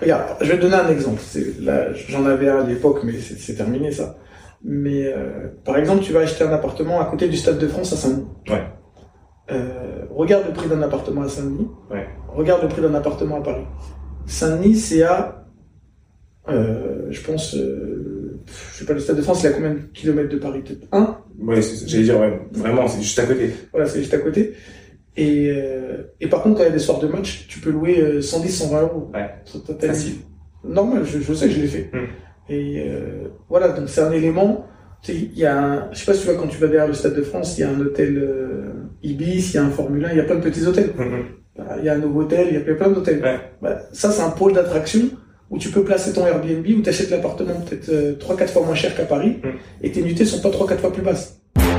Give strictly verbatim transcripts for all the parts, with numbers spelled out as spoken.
regarde, je vais te donner un exemple. C'est, là, j'en avais un à l'époque, mais c'est, c'est terminé ça. Mais euh, par exemple, tu vas acheter un appartement à côté du Stade de France à Saint-Denis. Ouais. Euh, regarde le prix d'un appartement à Saint-Denis. Ouais. Regarde le prix d'un appartement à Paris. Saint-Denis, c'est à, euh, je pense, euh, je sais pas, le Stade de France, c'est à combien de kilomètres de Paris? Peut-être un? Ouais, c'est, j'allais dire, ouais, vraiment, c'est juste à côté. Voilà, c'est juste à côté. Et, euh, et par contre, quand il y a des soirs de match, tu peux louer euh, cent dix, cent vingt euros. Ouais. Total. Facile. Normal, je, je sais, je l'ai fait. Hum. Et euh, voilà, donc c'est un élément. Tu sais, il y a un, je sais pas si tu vois, quand tu vas derrière le Stade de France, il y a un hôtel euh, Ibis, il y a un Formule un, il y a plein de petits hôtels. Hum. Bah, il y a un Novotel, il y a plein d'hôtels. Ouais. Bah, ça, c'est un pôle d'attraction où tu peux placer ton Airbnb, où tu achètes l'appartement peut-être euh, trois quatre fois moins cher qu'à Paris, Hum. et tes nuitées sont pas trois quatre fois plus basses.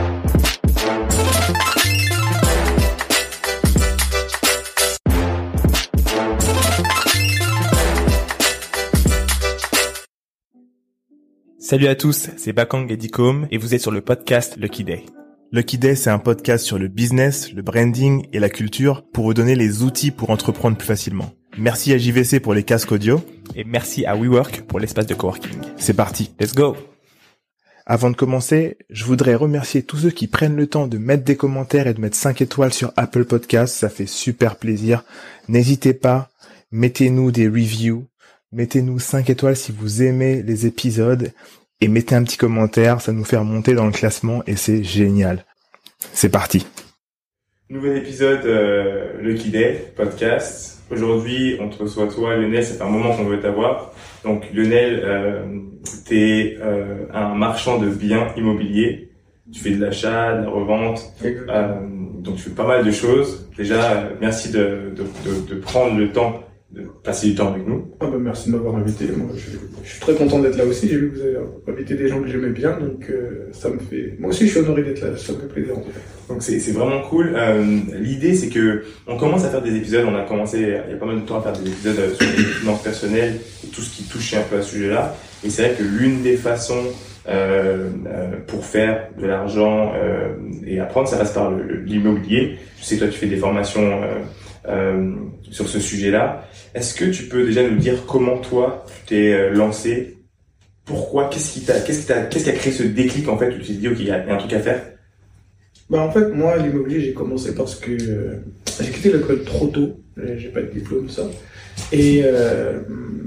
Salut à tous, c'est Bakang Edicom et vous êtes sur le podcast Lucky Day. Lucky Day, c'est un podcast sur le business, le branding et la culture pour vous donner les outils pour entreprendre plus facilement. Merci à J V C pour les casques audio et merci à WeWork pour l'espace de coworking. C'est parti, let's go! Avant de commencer, je voudrais remercier tous ceux qui prennent le temps de mettre des commentaires et de mettre cinq étoiles sur Apple Podcasts, ça fait super plaisir. N'hésitez pas, mettez-nous des reviews. Mettez-nous cinq étoiles si vous aimez les épisodes et mettez un petit commentaire, ça nous fait remonter dans le classement et c'est génial. C'est parti. Nouvel épisode euh, Lucky Day, podcast. Aujourd'hui, on te reçoit toi, Lionel, ça fait un moment qu'on veut t'avoir. Donc Lionel, euh, t'es euh, un marchand de biens immobiliers. Tu fais de l'achat, de la revente, euh, donc tu fais pas mal de choses. Déjà, euh, merci de, de, de, de prendre le temps de passer du temps avec nous. Ah bah merci de m'avoir invité. Moi, je, je suis très content d'être là aussi. J'ai vu que vous avez invité des gens que j'aimais bien, donc euh, ça me fait. Moi aussi, je suis honoré d'être là. Ça me fait plaisir en tout cas. Donc c'est c'est vraiment cool. Euh, l'idée c'est que on commence à faire des épisodes. On a commencé il y a pas mal de temps à faire des épisodes sur les finances personnelles et tout ce qui touchait un peu à ce sujet-là. Et c'est vrai que l'une des façons euh, euh, pour faire de l'argent euh, et apprendre, ça passe par le, le, l'immobilier. Je sais que toi tu fais des formations euh, euh, sur ce sujet-là. Est-ce que tu peux déjà nous dire comment toi tu t'es lancé? Pourquoi? Qu'est-ce qui t'a, qu'est-ce qui t'a, qu'est-ce qui a créé ce déclic en fait où tu t'es dit ok, il y a un truc à faire? Bah en fait, moi, l'immobilier, j'ai commencé parce que euh, j'ai quitté l'école trop tôt. J'ai pas de diplôme, ça. Et euh,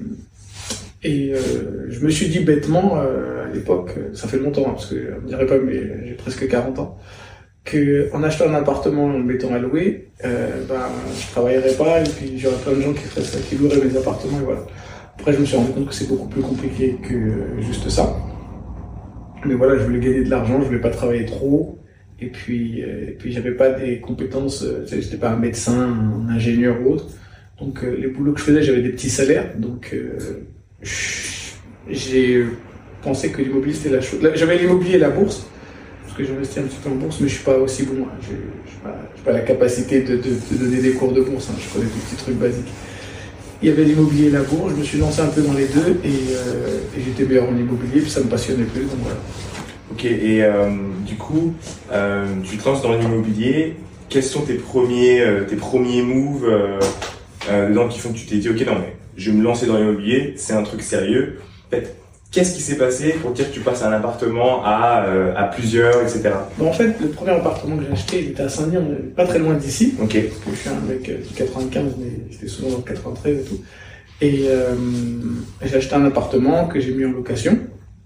et euh, je me suis dit bêtement euh, à l'époque, ça fait longtemps hein, parce que on me dirait pas, mais j'ai presque quarante ans. Que en achetant un appartement en le mettant à louer, euh, ben, je travaillerais pas et puis j'aurais plein de gens qui feraient ça, qui loueraient mes appartements et voilà. Après, je me suis rendu compte que c'est beaucoup plus compliqué que juste ça. Mais voilà, je voulais gagner de l'argent, je voulais pas travailler trop. Et puis, euh, et puis j'avais pas des compétences, euh, j'étais pas un médecin, un ingénieur ou autre. Donc, euh, les boulots que je faisais, j'avais des petits salaires. Donc, euh, j'ai pensé que l'immobilier c'était la chose. J'avais l'immobilier et la bourse. Que j'investis un petit peu en bourse, mais je suis pas aussi bon. Hein. Je n'ai pas, pas la capacité de, de, de donner des cours de bourse. Hein. Je connais des petits trucs basiques. Il y avait l'immobilier et la bourse. Je me suis lancé un peu dans les deux et, euh, et j'étais meilleur en immobilier, puis ça me passionnait plus. Donc voilà. Ok, et euh, du coup, euh, tu te lances dans l'immobilier. Quels sont tes premiers, euh, tes premiers moves euh, euh, dedans qui font que tu t'es dit ok, non mais je vais me lancer dans l'immobilier, c'est un truc sérieux. En fait, qu'est-ce qui s'est passé pour dire que tu passes un appartement à, euh, à plusieurs, et cetera. Bon, en fait, le premier appartement que j'ai acheté, il était à Saint-Denis, on est pas très loin d'ici. Ok. Parce que je suis un mec du quatre-vingt-quinze, mais j'étais souvent dans le quatre-vingt-treize et tout. Et euh, j'ai acheté un appartement que j'ai mis en location.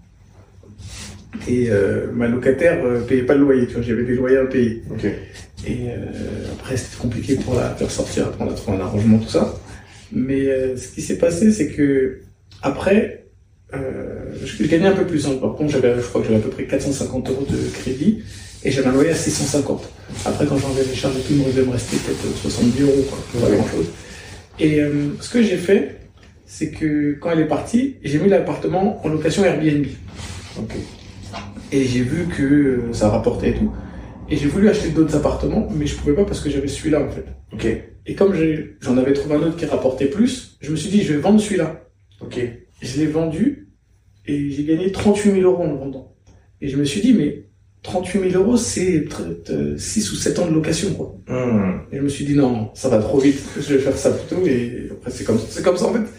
Et euh, ma locataire euh, payait pas le loyer, tu vois, j'avais des loyers à payer. Ok. Et euh, après, c'était compliqué pour la faire sortir, après on a trouvé un arrangement, tout ça. Mais euh, ce qui s'est passé, c'est que après, Euh, je gagnais un peu plus, hein. Par contre, j'avais, je crois que j'avais à peu près quatre cent cinquante euros de crédit et j'avais un loyer à six cent cinquante. Après, quand j'enlevais les charges et tout, il me devait me rester peut-être soixante-dix euros, quoi. Pas ouais. grand chose. Et euh, ce que j'ai fait, c'est que quand elle est partie, j'ai mis l'appartement en location Airbnb. Ok. Et j'ai vu que euh, ça rapportait et tout. Et j'ai voulu acheter d'autres appartements, mais je pouvais pas parce que j'avais celui-là, en fait. Ok. Et comme j'ai, j'en avais trouvé un autre qui rapportait plus, je me suis dit, je vais vendre celui-là. Ok. Je l'ai vendu. Et j'ai gagné trente-huit mille euros en le vendant. Et je me suis dit, mais trente-huit mille euros, c'est six ou sept ans de location, quoi. Mmh. Et je me suis dit, non, ça va trop vite, je vais faire ça plutôt. Et après, c'est comme ça. C'est comme ça, en fait.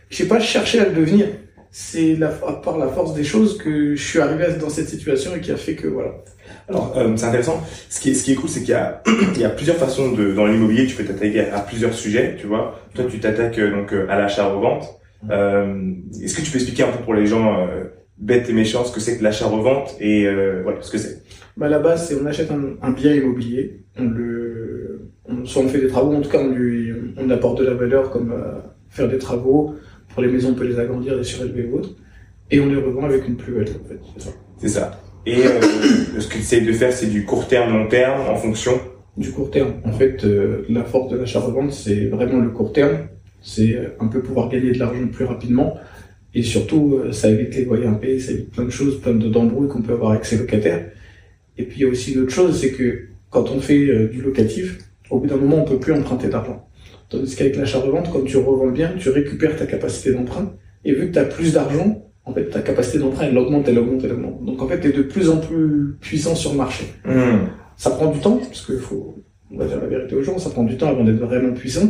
j'ai pas cherché à le devenir. C'est la, à part la force des choses que je suis arrivé dans cette situation et qui a fait que voilà. Alors, euh, c'est intéressant. Ce qui est, ce qui est cool, c'est qu'il y a, il y a plusieurs façons de, dans l'immobilier, tu peux t'attaquer à, à plusieurs sujets, tu vois. Toi, tu t'attaques euh, donc à l'achat-revente. Euh, est-ce que tu peux expliquer un peu pour les gens euh, bêtes et méchants ce que c'est que l'achat-revente et euh, ouais, ce que c'est? Bah à la base, c'est on achète un, un bien immobilier, on le, on, soit on fait des travaux, en tout cas on lui, on apporte de la valeur comme euh, faire des travaux. Pour les maisons, on peut les agrandir, les surélever ou autres. Et on les revend avec une plus-value, en fait. C'est ça. C'est ça. Et euh, ce que tu essayes de faire, c'est du court terme, long terme, en fonction du court terme. En fait, euh, la force de l'achat-revente, c'est vraiment le court terme. C'est un peu pouvoir gagner de l'argent plus rapidement. Et surtout, euh, ça évite les loyers impayés, ça évite plein de choses, plein de d'embrouilles qu'on peut avoir avec ses locataires. Et puis, il y a aussi l'autre chose, c'est que quand on fait euh, du locatif, au bout d'un moment, on peut plus emprunter d'argent. Tandis qu'avec l'achat-revente, quand tu revends le bien, tu récupères ta capacité d'emprunt. Et vu que tu as plus d'argent, en fait, ta capacité d'emprunt, elle augmente, elle augmente, elle augmente. Donc, en fait, tu es de plus en plus puissant sur le marché. Mmh. Ça prend du temps, parce qu'il faut, on va dire la vérité aux gens, ça prend du temps avant d'être vraiment puissant.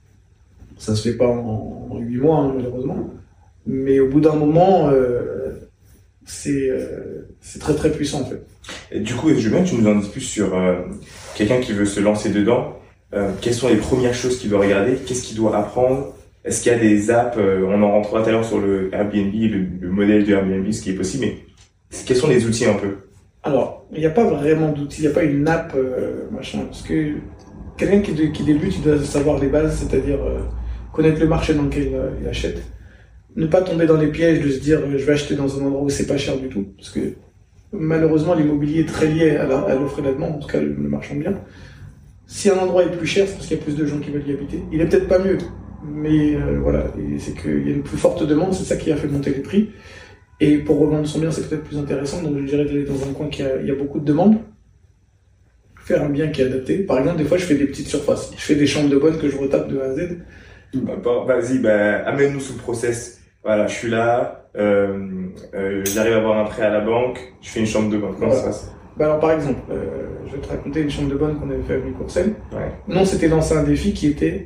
Ça se fait pas en, en huit mois, hein, malheureusement. Mais au bout d'un moment, euh, c'est, euh, c'est très très puissant, en fait. Et du coup, je veux bien que tu nous en dises plus sur euh, quelqu'un qui veut se lancer dedans. Euh, quelles sont les premières choses qu'il doit regarder? Qu'est-ce qu'il doit apprendre? Est-ce qu'il y a des apps? euh, On en rentrera tout à l'heure sur le Airbnb, le, le modèle de Airbnb, ce qui est possible, mais quels sont les outils un peu? Alors, il n'y a pas vraiment d'outils, il n'y a pas une app, euh, machin, parce que quelqu'un qui, de, qui débute, il doit savoir les bases, c'est-à-dire euh, connaître le marché dans lequel euh, il achète. Ne pas tomber dans les pièges de se dire euh, je vais acheter dans un endroit où c'est pas cher du tout, parce que malheureusement l'immobilier est très lié à, la, à l'offre et la demande, en tout cas le, le marchand bien. Si un endroit est plus cher, c'est parce qu'il y a plus de gens qui veulent y habiter. Il est peut-être pas mieux, mais euh, voilà, et c'est qu'il y a une plus forte demande, c'est ça qui a fait monter les prix. Et pour revendre son bien, c'est peut-être plus intéressant, donc je dirais d'aller dans un coin qui a, il y a beaucoup de demandes, faire un bien qui est adapté. Par exemple, des fois, je fais des petites surfaces. Je fais des chambres de bonne que je retape de A à Z. Bah, bah, vas-y, bah, amène-nous sous le process. Voilà, je suis là, euh, euh, j'arrive à avoir un prêt à la banque, je fais une chambre de bonne. Comment Voilà. ça se passe? Bah alors par exemple, euh, je vais te raconter une chambre de bonne qu'on avait fait avec Courcelles. Ouais. Nous, on s'était lancé un défi qui était,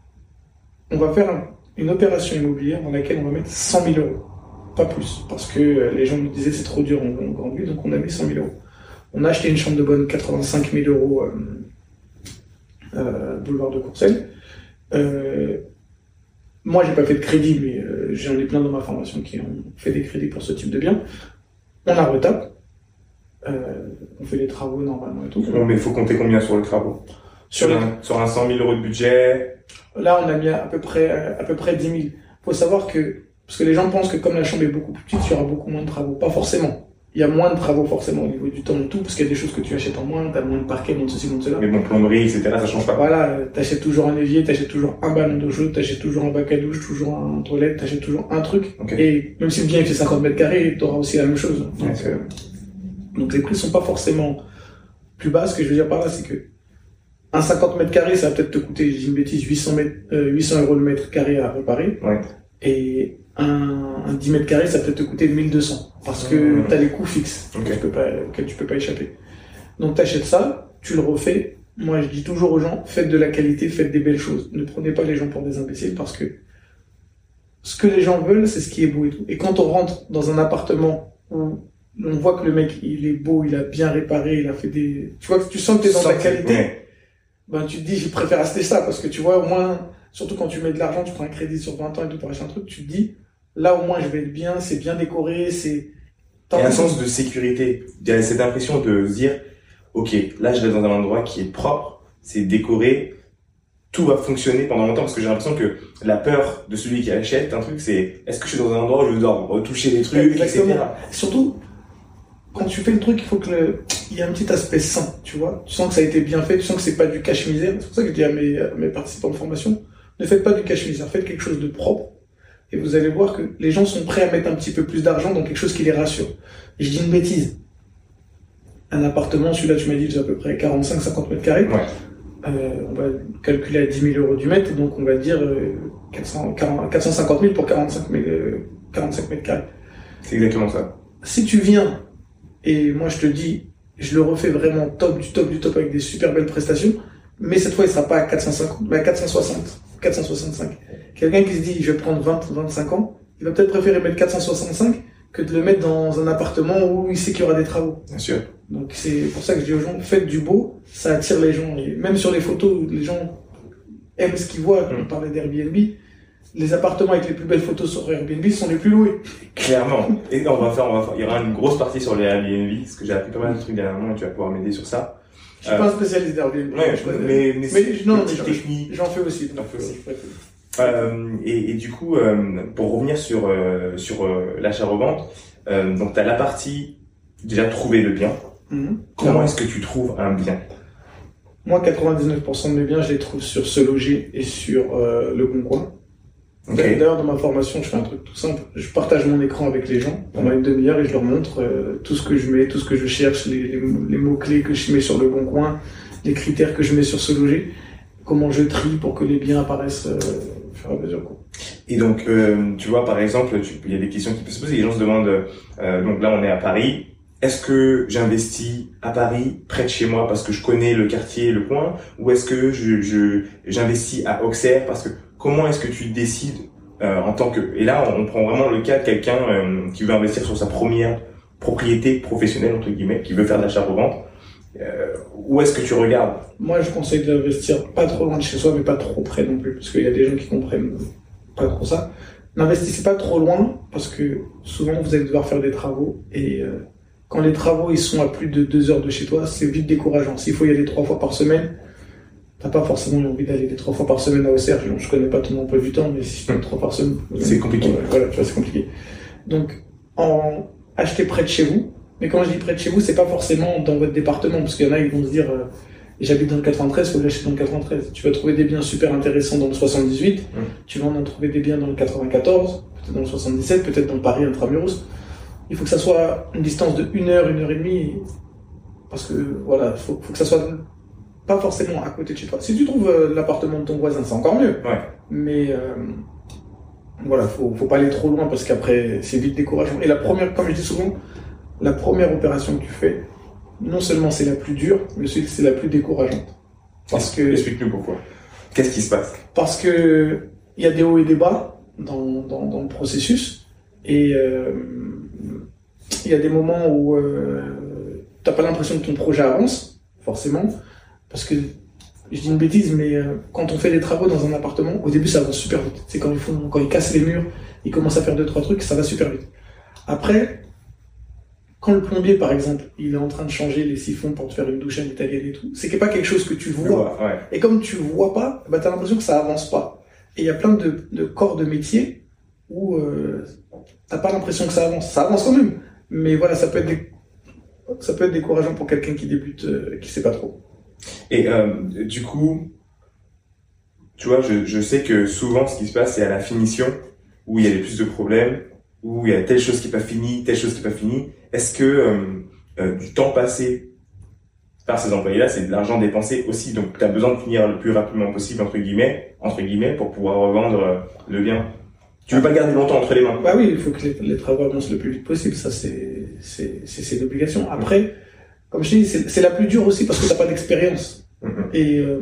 on va faire un, une opération immobilière dans laquelle on va mettre cent mille euros. Pas plus. Parce que euh, les gens nous disaient c'est trop dur en, en grande ville, donc on a mis cent mille euros. On a acheté une chambre de bonne quatre-vingt-cinq mille euros euh, euh, boulevard de Courcelles. Euh, moi, j'ai pas fait de crédit, mais euh, j'en ai plein dans ma formation qui ont fait des crédits pour ce type de bien. On la retape. Euh, on fait les travaux normalement et tout. Mais il faut compter combien sur les travaux? Sur, Sur les... un, sur un cent mille euros de budget? Là, on a mis à peu près, à peu près dix mille. Faut savoir que, parce que les gens pensent que comme la chambre est beaucoup plus petite, il y aura beaucoup moins de travaux. Pas forcément. Il y a moins de travaux forcément au niveau du temps et tout, parce qu'il y a des choses que tu achètes en moins, t'as moins de parquet, moins de ceci, moins de cela. Mais bon, plomberie, et cetera, ça change pas. Voilà, t'achètes toujours un évier, t'achètes toujours un ballon d'eau chaude, t'achètes toujours un bac à douche, toujours un toilette, t'achètes toujours un truc. Okay. Et même si le bien il fait cinquante mètres carrés, t'auras aussi la même chose. Donc, okay. euh, donc les prix sont pas forcément plus bas. Ce que je veux dire par là, c'est que un cinquante mètres carrés, ça va peut-être te coûter, je dis une bêtise, huit cents, mètres, euh, huit cents euros le mètre carré à réparer. Ouais. Et un, un dix mètres carrés, ça peut te coûter mille deux cents. Parce que mmh. t'as les coûts fixes okay. tu peux pas, auxquels tu peux pas échapper. Donc t'achètes ça, tu le refais. Moi, je dis toujours aux gens, faites de la qualité, faites des belles choses. Ne prenez pas les gens pour des imbéciles parce que ce que les gens veulent, c'est ce qui est beau et tout. Et quand on rentre dans un appartement où on voit que le mec, il est beau, il a bien réparé, il a fait des... Tu vois que tu sens que t'es dans la qualité, ouais. Ben tu te dis, je préfère acheter ça parce que tu vois, au moins, surtout quand tu mets de l'argent, tu prends un crédit sur vingt ans et tout pour acheter un truc, tu te dis, là au moins je vais être bien, c'est bien décoré, c'est... Il y a un sens de sécurité. Il y a cette impression de se dire, ok, là je vais dans un endroit qui est propre, c'est décoré, tout va fonctionner pendant longtemps, parce que j'ai l'impression que la peur de celui qui achète un truc, c'est est-ce que je suis dans un endroit où je dois retoucher les trucs, exactement. et cetera. Surtout, quand tu fais le truc, il faut que le... il y ait un petit aspect sain, tu vois. Tu sens que ça a été bien fait, tu sens que c'est pas du cache-misère. C'est pour ça que je dis à mes, à mes participants de formation, ne faites pas du cache-misère, faites quelque chose de propre. Et vous allez voir que les gens sont prêts à mettre un petit peu plus d'argent dans quelque chose qui les rassure. Et je dis une bêtise. Un appartement, celui-là, tu m'as dit, c'est à peu près quarante-cinq à cinquante mètres carrés. Ouais. Euh, on va calculer à dix mille euros du mètre, donc on va dire euh, quatre cents, quatre cent cinquante mille pour quarante-cinq mètres carrés. C'est exactement ça. Si tu viens, et moi je te dis, je le refais vraiment top du top du top avec des super belles prestations, mais cette fois il sera pas à quatre cent cinquante, mais à quatre cent soixante, quatre cent soixante-cinq. Quelqu'un qui se dit, je vais prendre vingt, vingt-cinq ans, il va peut-être préférer mettre quatre cent soixante-cinq que de le mettre dans un appartement où il sait qu'il y aura des travaux. Bien sûr. Donc c'est pour ça que je dis aux gens, faites du beau, ça attire les gens. Et même sur les photos, les gens aiment ce qu'ils voient. On parlait d'Airbnb. Les appartements avec les plus belles photos sur Airbnb sont les plus loués. Clairement. Et on va faire, on va faire, il y aura une grosse partie sur les Airbnb, parce que j'ai appris pas mal de trucs dernièrement et tu vas pouvoir m'aider sur ça. Je suis euh, pas un spécialiste d'Airbnb. Ouais, je mais, mais, mais, mais non, mais technique. J'en fais aussi. J'en fais aussi. Euh, et, et du coup, euh, pour revenir sur euh, sur euh, l'achat-revente, euh, donc t'as la partie déjà trouver le bien. Mm-hmm. Comment est-ce que tu trouves un bien? Moi, quatre-vingt-dix-neuf pour cent de mes biens, je les trouve sur Se Loger et sur euh, Le Bon Coin. Okay. D'ailleurs, dans ma formation, je fais un truc tout simple. Je partage mon écran avec les gens pendant une demi-heure et je leur montre euh, tout ce que je mets, tout ce que je cherche, les, les, les mots-clés que je mets sur Le Bon Coin, les critères que je mets sur Se Loger, comment je trie pour que les biens apparaissent euh, au fur et à mesure. Quoi. Et donc, euh, tu vois, par exemple, il y a des questions qui peuvent se poser. Les gens se demandent, euh, donc là, on est à Paris. Est-ce que j'investis à Paris, près de chez moi, parce que je connais le quartier, le coin, ou est-ce que je, je j'investis à Auxerre parce que comment est-ce que tu décides euh, en tant que... Et là, on prend vraiment le cas de quelqu'un euh, qui veut investir sur sa première propriété professionnelle, entre guillemets, qui veut faire de l'achat-revente. Euh, où est-ce que tu regardes? Moi, je conseille d'investir pas trop loin de chez soi, mais pas trop près non plus, parce qu'il y a des gens qui comprennent pas trop ça. N'investissez pas trop loin, parce que souvent, vous allez devoir faire des travaux, et euh, quand les travaux ils sont à plus de deux heures de chez toi, c'est vite décourageant. S'il faut y aller trois fois par semaine, t'as pas forcément envie d'aller les trois fois par semaine à Auxerre. Je, je connais pas tout mon emploi du temps, mais si tu fais trois par semaine, c'est compliqué. Voilà, tu vois, c'est compliqué. Donc, en acheter près de chez vous. Mais quand je dis près de chez vous, c'est pas forcément dans votre département, parce qu'il y en a, ils vont se dire, euh, j'habite dans le quatre-vingt-treize, faut que j'achète dans le quatre-vingt-treize. Tu vas trouver des biens super intéressants dans le soixante-dix-huit, mmh. Tu vas en trouver des biens dans le quatre-vingt-quatorze, peut-être dans le soixante-dix-sept, peut-être dans le Paris intramuros. Il faut que ça soit une distance de une heure, une heure et demie, parce que voilà, faut, faut que ça soit pas forcément à côté de chez toi. Si tu trouves euh, l'appartement de ton voisin, c'est encore mieux. Ouais. Mais euh, voilà, faut, faut pas aller trop loin parce qu'après c'est vite décourageant. Et la première, comme je dis souvent, la première opération que tu fais, non seulement c'est la plus dure, mais c'est la plus décourageante. Parce que explique-nous pourquoi. Qu'est-ce qui se passe? Parce que il y a des hauts et des bas dans dans, dans le processus et euh, il y a des moments où euh, t'as pas l'impression que ton projet avance, forcément, parce que je dis une bêtise, mais euh, quand on fait des travaux dans un appartement, au début ça avance super vite. C'est quand ils font, quand ils cassent les murs, ils commencent à faire deux trois trucs, ça va super vite. Après, quand le plombier, par exemple, il est en train de changer les siphons pour te faire une douche à l'italienne et tout, c'est pas quelque chose que tu vois. Ouais, ouais. Et comme tu vois pas, bah t'as l'impression que ça avance pas. Et il y a plein de, de corps de métier où euh, t'as pas l'impression que ça avance. Ça avance quand même. Mais voilà, ça peut être, des... ça peut être décourageant pour quelqu'un qui débute, euh, qui sait pas trop. Et euh, du coup, tu vois, je, je sais que souvent, ce qui se passe, c'est à la finition où il y a les plus de problèmes, où il y a telle chose qui n'est pas finie, telle chose qui n'est pas finie. Est-ce que euh, euh, du temps passé par ces employés-là, c'est de l'argent dépensé aussi? Donc, tu as besoin de finir le plus rapidement possible, entre guillemets, entre guillemets, pour pouvoir revendre euh, le bien. Tu veux pas le garder longtemps entre les mains? Bah oui, il faut que les, les travaux avancent le plus vite possible. Ça, c'est, c'est, c'est, c'est l'obligation. Après, comme je dis, c'est, c'est la plus dure aussi parce que t'as pas d'expérience. Mm-hmm. Et euh,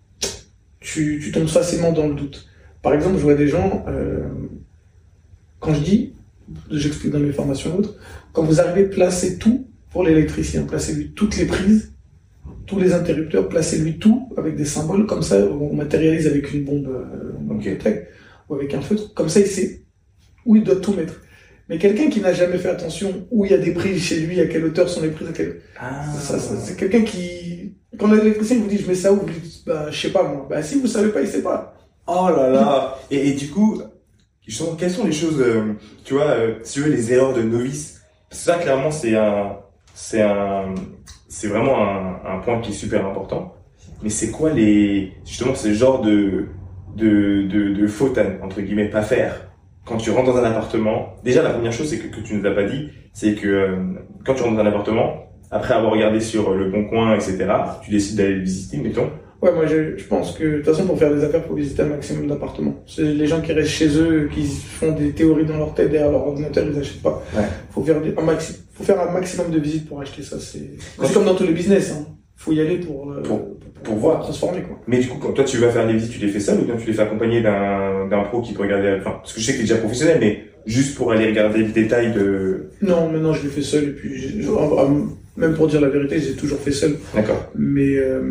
tu, tu tombes facilement dans le doute. Par exemple, je vois des gens, euh, quand je dis, j'explique dans mes formations autres, quand vous arrivez, placez tout pour l'électricien. Placez-lui toutes les prises, tous les interrupteurs, placez-lui tout avec des symboles. Comme ça, on matérialise avec une bombe euh, okay. tech, ou avec un feutre. Comme ça, il sait où il doit tout mettre. Mais quelqu'un qui n'a jamais fait attention où il y a des prises chez lui, à quelle hauteur sont les prises, à quelle... ah. ça, ça, c'est quelqu'un qui, quand l'électricien vous dit je mets ça où, vous dites bah je sais pas moi. Bah si vous savez pas, il sait pas. Oh là là. et, et du coup, justement, quelles sont les choses, euh, tu vois, euh, si tu veux, les erreurs de novice? Ça, clairement, c'est un, c'est un, c'est vraiment un, un point qui est super important. Mais c'est quoi les, justement, ce genre de, de, de, de fautes à, entre guillemets, pas faire? Quand tu rentres dans un appartement, déjà la première chose c'est que, que tu nous as pas dit, c'est que euh, quand tu rentres dans un appartement, après avoir regardé sur Le Bon Coin, et cetera, tu décides d'aller le visiter, mettons. Ouais, moi je, je pense que de toute façon pour faire des affaires, faut visiter un maximum d'appartements. C'est les gens qui restent chez eux, qui font des théories dans leur tête derrière leur ordinateur, ils achètent pas. Ouais. Faut faire un maxi, faut faire un maximum de visites pour acheter ça. C'est, c'est comme dans tous les business. Hein. Faut y aller pour, euh, pour, pour pour voir. Transformer, quoi. Mais du coup, quand toi tu vas faire les visites, tu les fais seul ou bien tu les fais accompagner d'un, d'un pro qui peut regarder, enfin, parce que je sais que t'es déjà professionnel, mais juste pour aller regarder le détail de... Non, maintenant je les fais seul, et puis, j'ai- même pour dire la vérité, j'ai toujours fait seul. D'accord. Mais, euh,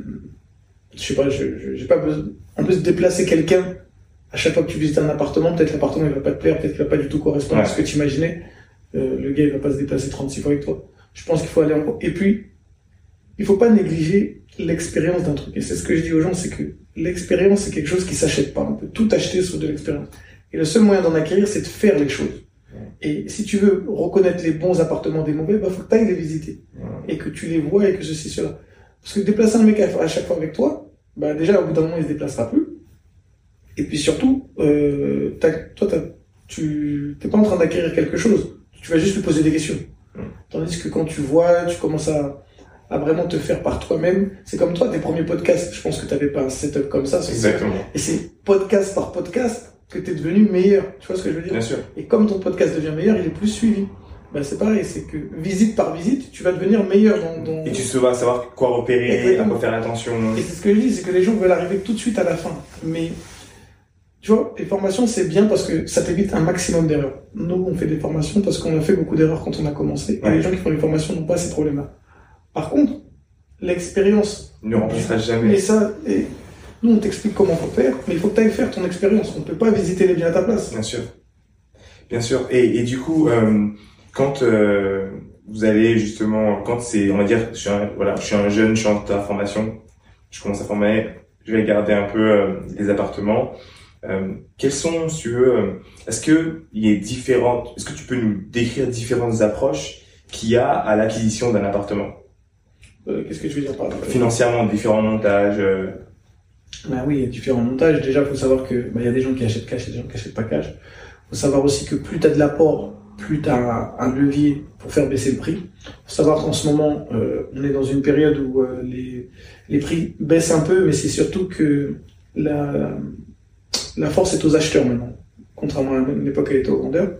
je sais pas, je, je- j'ai pas besoin. En plus, déplacer quelqu'un, à chaque fois que tu visites un appartement, peut-être l'appartement il va pas te plaire, peut-être qu'il va pas du tout correspondre Ouais. à ce que tu imaginais. Euh, le gars il va pas se déplacer trente-six fois avec toi. Je pense qu'il faut aller en... Et puis, il faut pas négliger l'expérience d'un truc. Et c'est ce que je dis aux gens, c'est que l'expérience c'est quelque chose qui s'achète pas. On peut tout acheter sur de l'expérience. Et le seul moyen d'en acquérir, c'est de faire les choses. Et si tu veux reconnaître les bons appartements des mauvais, bah faut que tu ailles les visiter. Et que tu les vois et que ceci, cela. Parce que déplacer un mec à, à chaque fois avec toi, bah déjà au bout d'un moment il se déplacera plus. Et puis surtout, euh, t'as, toi t'as, tu t'es pas en train d'acquérir quelque chose. Tu vas juste lui poser des questions. Tandis que quand tu vois, tu commences à, à vraiment te faire par toi-même. C'est comme toi, tes premiers podcasts. Je pense que t'avais pas un setup comme ça. Exactement. Et c'est podcast par podcast que t'es devenu meilleur. Tu vois ce que je veux dire? Bien sûr. Et comme ton podcast devient meilleur, il est plus suivi. Ben c'est pareil, c'est que visite par visite, tu vas devenir meilleur dans... dans... Et tu vas savoir quoi repérer, Exactement. à quoi faire attention. Et c'est ce que je dis, c'est que les gens veulent arriver tout de suite à la fin. Mais, tu vois, les formations, c'est bien parce que ça t'évite un maximum d'erreurs. Nous, on fait des formations parce qu'on a fait beaucoup d'erreurs quand on a commencé. Ouais. Et les gens qui font les formations n'ont pas ces problèmes-là. Par contre, l'expérience... Ne remplissera Mais jamais. ça, et nous, on t'explique comment faut faire, mais il faut que tu ailles faire ton expérience. On ne peut pas visiter les biens à ta place. Bien sûr. Bien sûr. Et, et du coup, euh, quand euh, vous allez justement, quand c'est, on va dire, je suis un, voilà, je suis un jeune, je suis en formation, je commence à former, je vais regarder un peu euh, les appartements. Euh, quels sont, si tu veux, euh, est-ce que il y a différentes, est-ce que tu peux nous décrire différentes approches qu'il y a à l'acquisition d'un appartement? Euh, qu'est-ce que tu veux dire par là? Financièrement, différents montages. Euh... Ben oui, il y a différents montages. Déjà, il faut savoir que ben, il y a des gens qui achètent cash et des gens qui achètent pas cash. Il faut savoir aussi que plus tu as de l'apport, plus tu as un, un levier pour faire baisser le prix. Il faut savoir qu'en ce moment, euh, on est dans une période où euh, les, les prix baissent un peu, mais c'est surtout que la, la force est aux acheteurs maintenant, contrairement à l'époque où elle était aux vendeurs.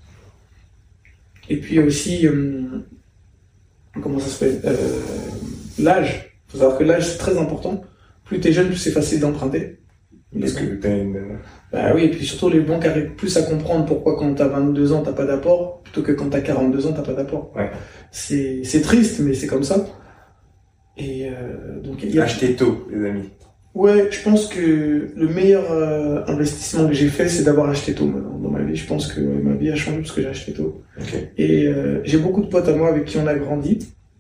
Et puis aussi, euh, comment ça se fait euh, l'âge. Il faut savoir que l'âge, c'est très important. Plus t'es jeune, plus c'est facile d'emprunter. Parce que t'as une... Bah oui, et puis surtout les banques arrivent plus à comprendre pourquoi quand t'as vingt-deux ans t'as pas d'apport, plutôt que quand t'as quarante-deux ans t'as pas d'apport. Ouais. C'est, c'est triste, mais c'est comme ça. Et euh, donc il y a... Achetez tôt, les amis. Ouais, je pense que le meilleur euh, investissement que j'ai fait, c'est d'avoir acheté tôt dans, dans ma vie. Je pense que ouais, ma vie a changé parce que j'ai acheté tôt. Okay. Et euh, j'ai beaucoup de potes à moi avec qui on a grandi,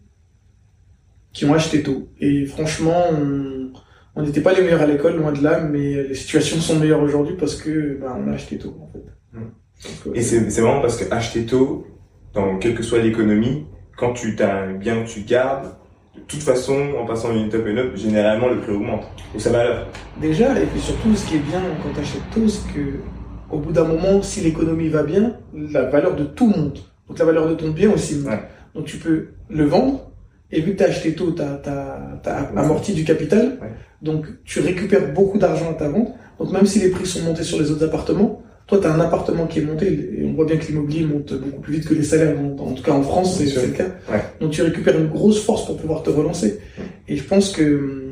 qui ont acheté tôt. Et franchement, on... On n'était pas les meilleurs à l'école, loin de là, mais les situations sont meilleures aujourd'hui parce que bah, on a acheté tôt, en fait. Mmh. Donc, et c'est, c'est marrant parce que acheter tôt, dans quelle que soit l'économie, quand tu as un bien que tu gardes, de toute façon, en passant d'une étape à une autre, généralement le prix augmente ou sa valeur. Déjà, et puis surtout, ce qui est bien quand tu achètes tôt, c'est que au bout d'un moment, si l'économie va bien, la valeur de tout monte. Donc la valeur de ton bien aussi monte. Ouais. Donc tu peux le vendre. Et vu que tu as acheté tôt, tu as amorti du capital, ouais. Donc tu récupères beaucoup d'argent à ta vente. Donc même si les prix sont montés sur les autres appartements, toi tu as un appartement qui est monté, et on voit bien que l'immobilier monte beaucoup plus vite que les salaires, en tout cas en France, c'est, c'est le cas. Ouais. Donc tu récupères une grosse force pour pouvoir te relancer. Ouais. Et je pense que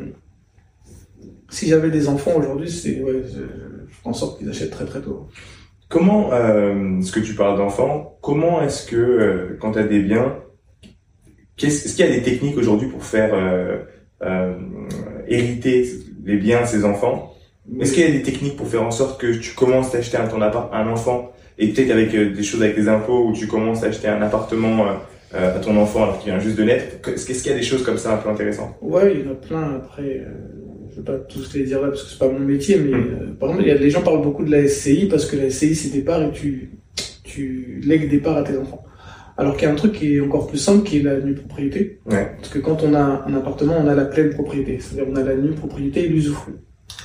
si j'avais des enfants aujourd'hui, c'est ouais, je, je ferais en sorte qu'ils achètent très très tôt. Comment, euh, ce que tu parles d'enfants, comment est-ce que euh, quand tu as des biens, qu'est-ce, est-ce qu'il y a des techniques aujourd'hui pour faire euh, euh, hériter les biens de ses enfants? Est-ce qu'il y a des techniques pour faire en sorte que tu commences à acheter un, ton appart, un enfant, et peut-être avec euh, des choses avec les impôts où tu commences à acheter un appartement euh, à ton enfant alors qu'il vient juste de naître? Est-ce qu'il y a des choses comme ça un peu intéressantes? Ouais, il y en a plein. Après, euh, je vais pas tous les dire là parce que c'est pas mon métier, mais mmh. euh, par exemple, il y a les gens parlent beaucoup de la S C I parce que la S C I c'est des parts et tu tu lègues des parts à tes enfants. Alors qu'il y a un truc qui est encore plus simple, qui est la nue propriété. Ouais. Parce que quand on a un appartement, on a la pleine propriété. C'est-à-dire on a la nue propriété et l'usufruit.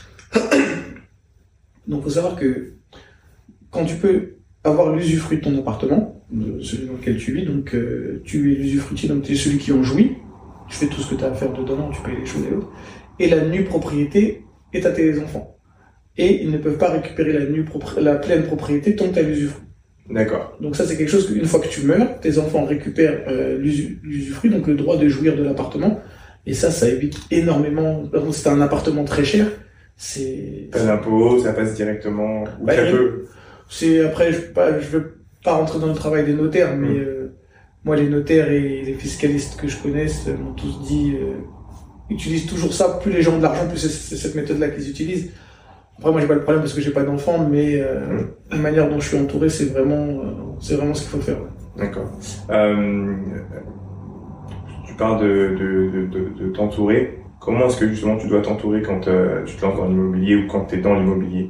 Donc il faut savoir que quand tu peux avoir l'usufruit de ton appartement, de celui dans lequel tu vis, donc euh, tu es l'usufruitier, donc tu es celui qui en jouit, tu fais tout ce que tu as à faire dedans, tu payes les choses et l'autre, et la nue propriété est à tes enfants. Et ils ne peuvent pas récupérer la, nue propri- la pleine propriété tant que tu as l'usufruit. D'accord. Donc ça c'est quelque chose qu'une fois que tu meurs, tes enfants récupèrent euh, l'usu- l'usufruit, donc le droit de jouir de l'appartement, Et ça, ça évite énormément. Par contre, si t'as un appartement très cher, c'est... Pas d'impôt, ça passe directement, ou bah, très peu. C'est, après, je ne veux pas rentrer dans le travail des notaires, mais mmh. euh, moi, les notaires et les fiscalistes que je connais m'ont tous dit, euh, utilisent toujours ça. Plus les gens ont de l'argent, plus c'est, c'est cette méthode-là qu'ils utilisent. Après, moi, j'ai pas le problème parce que j'ai pas d'enfant, mais euh, mmh. la manière dont je suis entouré, c'est vraiment, euh, c'est vraiment ce qu'il faut faire. Ouais. D'accord. Euh, tu parles de, de, de, de, de t'entourer. Comment est-ce que justement tu dois t'entourer quand euh, tu te lances dans l'immobilier ou quand tu es dans l'immobilier?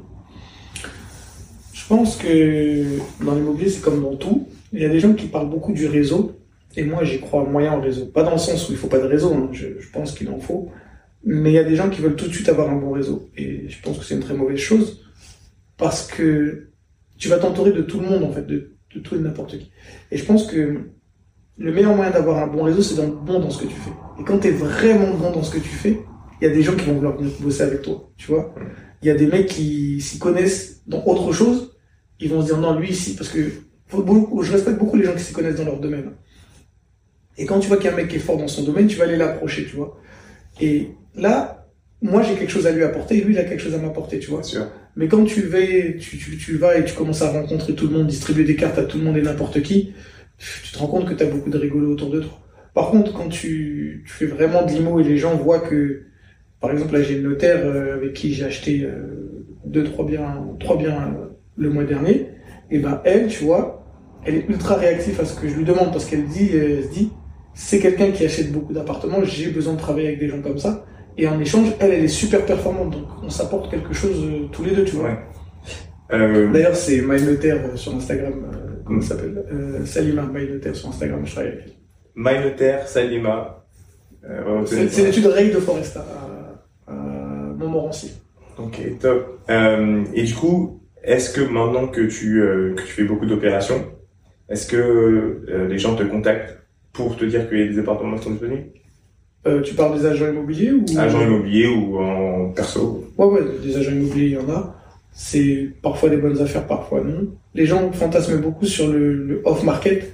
Je pense que dans l'immobilier, c'est comme dans tout. Il y a des gens qui parlent beaucoup du réseau, et moi, j'y crois moyen au réseau. Pas dans le sens où il faut pas de réseau, hein. je, je pense qu'il en faut. Mais il y a des gens qui veulent tout de suite avoir un bon réseau. Et je pense que c'est une très mauvaise chose, parce que tu vas t'entourer de tout le monde, en fait, de, de tout et de n'importe qui. Et je pense que le meilleur moyen d'avoir un bon réseau, c'est d'être bon dans ce que tu fais. Et quand tu es vraiment bon dans ce que tu fais, il y a des gens qui vont vouloir venir bosser avec toi, tu vois. Il y a des mecs qui s'y connaissent dans autre chose, ils vont se dire non, lui ici, parce que faut beaucoup, je respecte beaucoup les gens qui s'y connaissent dans leur domaine. Et quand tu vois qu'il y a un mec qui est fort dans son domaine, tu vas aller l'approcher, tu vois. Et là, moi j'ai quelque chose à lui apporter, et lui il a quelque chose à m'apporter, tu vois. Sûr. Mais quand tu vas, tu, tu, tu vas et tu commences à rencontrer tout le monde, distribuer des cartes à tout le monde et n'importe qui, tu te rends compte que tu as beaucoup de rigolos autour de toi. Par contre, quand tu, tu fais vraiment de l'immo et les gens voient que, par exemple, là j'ai une notaire euh, avec qui j'ai acheté euh, deux, trois biens, trois biens euh, le mois dernier, et ben elle, tu vois, elle est ultra réactive à ce que je lui demande parce qu'elle dit, elle se dit, c'est quelqu'un qui achète beaucoup d'appartements, j'ai besoin de travailler avec des gens comme ça, et en échange, elle, elle est super performante, donc on s'apporte quelque chose euh, tous les deux, tu vois. Ouais. Euh... D'ailleurs, c'est MyNotaire euh, sur Instagram, euh, comment ça s'appelle euh, Salima MyNotaire sur Instagram, je travaille avec elle. MyNotaire, Salima. Euh, c'est, c'est l'étude Ray de Foresta à, à Montmorency. Ok, top. Euh, et du coup, est-ce que maintenant que tu, euh, que tu fais beaucoup d'opérations, est-ce que euh, les gens te contactent pour te dire qu'il y a des appartements qui sont disponibles? euh, Tu parles des agents immobiliers ou agents immobiliers ou en perso? Ouais, ouais, des agents immobiliers, il y en a. C'est parfois des bonnes affaires, parfois non. Les gens fantasment beaucoup sur le, le off-market.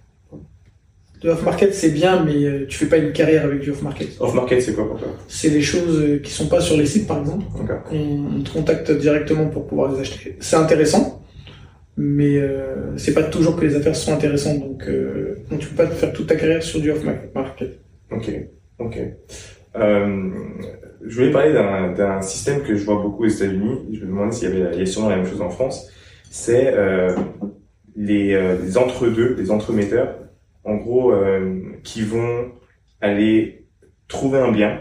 Le off-market, c'est bien, mais tu fais pas une carrière avec du off-market. Off-market, c'est quoi pour toi? C'est les choses qui sont pas sur les sites, par exemple. Okay. On, on te contacte directement pour pouvoir les acheter. C'est intéressant, mais euh, c'est pas toujours que les affaires sont intéressantes. Donc, euh, donc tu peux pas faire toute ta carrière sur du off-market. Ok, ok. Euh, je voulais parler d'un, d'un système que je vois beaucoup aux États-Unis. Je me demandais s'il y avait, il y a sûrement la même chose en France. C'est euh, les, euh, les entre-deux, les entremetteurs. En gros, euh, qui vont aller trouver un bien,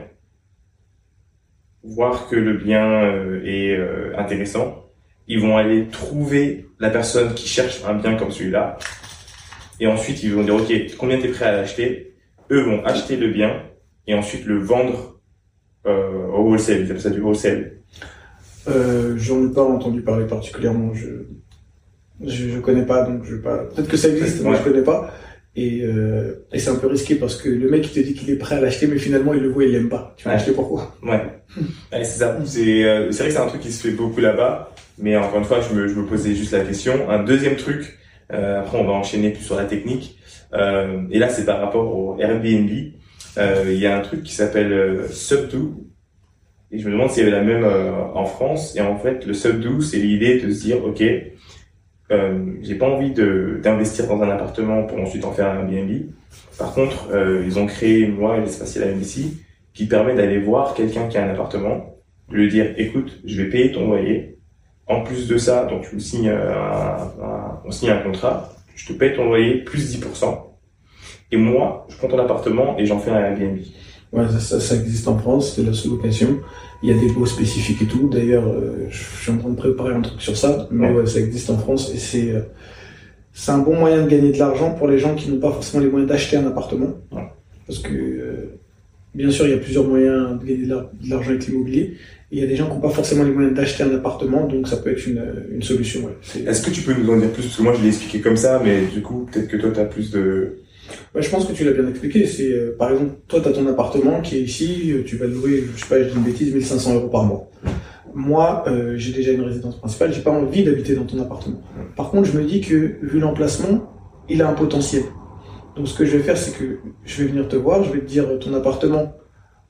voir que le bien euh, est euh, intéressant. Ils vont aller trouver la personne qui cherche un bien comme celui-là. Et ensuite, ils vont dire, OK, combien t'es prêt à l'acheter? Eux vont acheter le bien et ensuite le vendre euh, au wholesale. Ils appellent ça du wholesale. Euh, j'en ai pas entendu parler particulièrement. Je, je, je connais pas, donc je pas. Peut-être que ça existe, mais ouais. Je connais pas. Et, euh, et c'est un peu risqué parce que le mec il te dit qu'il est prêt à l'acheter, mais finalement il le voit, il l'aime pas. Tu vas ouais. Acheter pourquoi? Ouais. Ouais, c'est ça. C'est, euh, c'est vrai que c'est un truc qui se fait beaucoup là-bas, mais encore une fois, je me, je me posais juste la question. Un deuxième truc, euh, après on va enchaîner plus sur la technique. Euh, et là, c'est par rapport au Airbnb. Euh, il y a un truc qui s'appelle euh, Subdo. Et je me demande s'il y avait la même euh, en France. Et en fait, le Subdo, c'est l'idée de se dire, ok. Euh, j'ai pas envie de, d'investir dans un appartement pour ensuite en faire un Airbnb. Par contre, euh, ils ont créé une loi, elle s'est la même ici, qui permet d'aller voir quelqu'un qui a un appartement, de lui dire, écoute, je vais payer ton loyer. En plus de ça, donc tu me signes un, un, on signe un contrat, je te paye ton loyer plus dix pour cent. Et moi, je prends ton appartement et j'en fais un Airbnb. Ouais, ça, ça, ça existe en France, c'est de la sous-location. Il y a des baux spécifiques et tout. D'ailleurs, euh, je suis en train de préparer un truc sur ça, mais ouais, ouais ça existe en France et c'est euh, c'est un bon moyen de gagner de l'argent pour les gens qui n'ont pas forcément les moyens d'acheter un appartement. Ouais. Parce que euh, bien sûr, il y a plusieurs moyens de gagner de l'argent avec l'immobilier. Et il y a des gens qui n'ont pas forcément les moyens d'acheter un appartement, donc ça peut être une une solution. Ouais. C'est... Est-ce que tu peux nous en dire plus? Parce que moi, je l'ai expliqué comme ça, mais du coup, peut-être que toi, tu as plus de... Ouais, je pense que tu l'as bien expliqué. C'est euh, par exemple, toi, tu as ton appartement qui est ici, tu vas le louer, je sais pas, je dis une bêtise, mille cinq cents euros par mois. Moi, euh, j'ai déjà une résidence principale, j'ai pas envie d'habiter dans ton appartement. Par contre, je me dis que vu l'emplacement, il a un potentiel. Donc, ce que je vais faire, c'est que je vais venir te voir, je vais te dire ton appartement.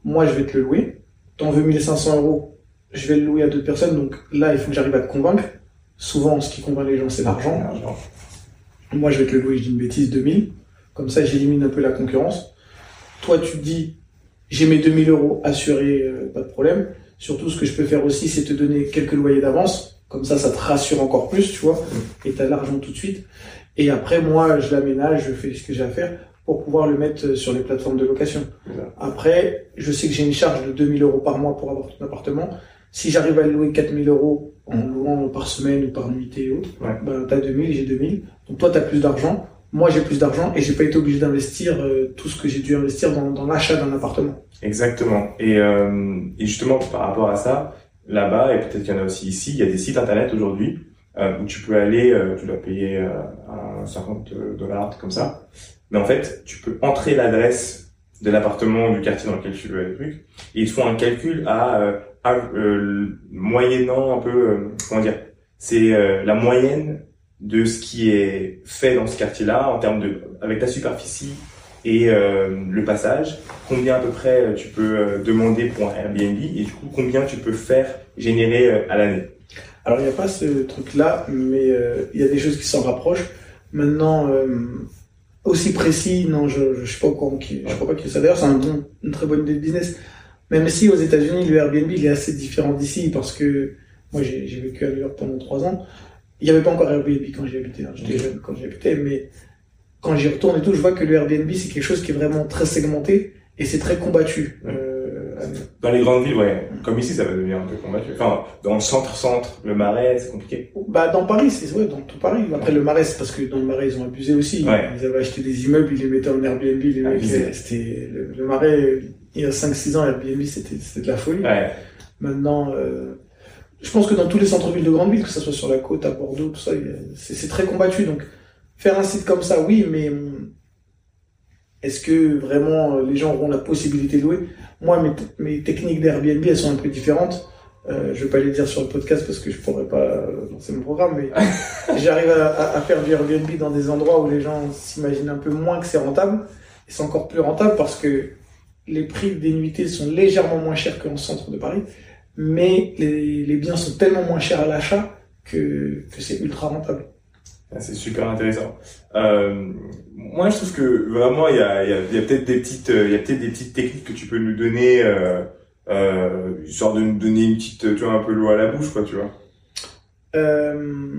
moi je vais te le louer. T'en veux mille cinq cents euros, je vais le louer à d'autres personnes. Donc là, il faut que j'arrive à te convaincre. Souvent, ce qui convainc les gens, c'est l'argent. L'argent. Moi, je vais te le louer, je dis une bêtise, deux mille. Comme ça, j'élimine un peu la concurrence. Toi, tu te dis, j'ai mes deux mille euros assurés, euh, pas de problème. Surtout, ce que je peux faire aussi, c'est te donner quelques loyers d'avance. Comme ça, ça te rassure encore plus, tu vois. Et tu as l'argent tout de suite. Et après, moi, je l'aménage, je fais ce que j'ai à faire pour pouvoir le mettre sur les plateformes de location. Après, je sais que j'ai une charge de deux mille euros par mois pour avoir ton appartement. Si j'arrive à le louer quatre mille euros en louant par semaine ou par nuitée et autres, ouais. ben, t'as deux mille, j'ai deux mille. Donc toi, t'as plus d'argent. Moi, j'ai plus d'argent et j'ai pas été obligé d'investir euh, tout ce que j'ai dû investir dans, dans l'achat d'un appartement. Exactement. Et, euh, et justement, par rapport à ça, là-bas, et peut-être qu'il y en a aussi ici, il y a des sites internet aujourd'hui euh, où tu peux aller, euh, tu dois payer euh, à cinquante dollars, comme ça. Mais en fait, tu peux entrer l'adresse de l'appartement, du quartier dans lequel tu veux aller, truc, et ils te font un calcul à, euh, à euh, moyennant un peu, euh, comment dire, c'est euh, la moyenne de ce qui est fait dans ce quartier-là en termes de, avec la superficie et euh, le passage, combien à peu près tu peux euh, demander pour un Airbnb et du coup combien tu peux faire générer euh, à l'année. Alors il n'y a pas ce truc-là, mais euh, il y a des choses qui s'en rapprochent. Maintenant, euh, aussi précis, non, je je sais pas quoi, je crois pas qu'il y ait ça. D'ailleurs, c'est un bon, une très bonne idée de business. Même si aux États-Unis, le Airbnb il est assez différent d'ici parce que moi j'ai j'ai vécu à New York pendant trois ans. Il n'y avait pas encore Airbnb quand j'y habitais, hein. J'étais jeune quand j'y habitais, mais quand j'y retourne et tout, je vois que le Airbnb, c'est quelque chose qui est vraiment très segmenté et c'est très combattu. Euh, dans les grandes villes, ouais. Comme ici, ça va devenir un peu combattu. Enfin, dans le centre-centre, le Marais, c'est compliqué. Bah, dans Paris, c'est, ouais, dans tout Paris. Après, le Marais, c'est parce que dans le Marais, ils ont abusé aussi. Ouais. Ils avaient acheté des immeubles, ils les mettaient en Airbnb, les mecs, Abusé. c'était, le, le Marais, il y a cinq six ans, Airbnb, c'était, c'était de la folie. Ouais. Maintenant, euh, je pense que dans tous les centres-villes de grandes villes, que ce soit sur la côte, à Bordeaux, tout ça, c'est, c'est très combattu. Donc, faire un site comme ça, oui, mais est-ce que vraiment les gens auront la possibilité de louer? Moi, mes, t- mes techniques d'Airbnb, elles sont un peu différentes. Euh, je vais pas les dire sur le podcast parce que je pourrais pas lancer mon programme, mais j'arrive à, à, à faire du Airbnb dans des endroits où les gens s'imaginent un peu moins que c'est rentable. Et c'est encore plus rentable parce que les prix des nuitées sont légèrement moins chers qu'en centre de Paris, mais les, les biens sont tellement moins chers à l'achat que, que c'est ultra rentable. C'est super intéressant. Euh, moi, je trouve que vraiment, il y a, il y a, il y a peut-être des petites, il y a peut-être des petites techniques que tu peux nous donner, euh, euh, histoire de nous donner une petite, tu vois, un peu l'eau à la bouche, quoi, tu vois. Euh,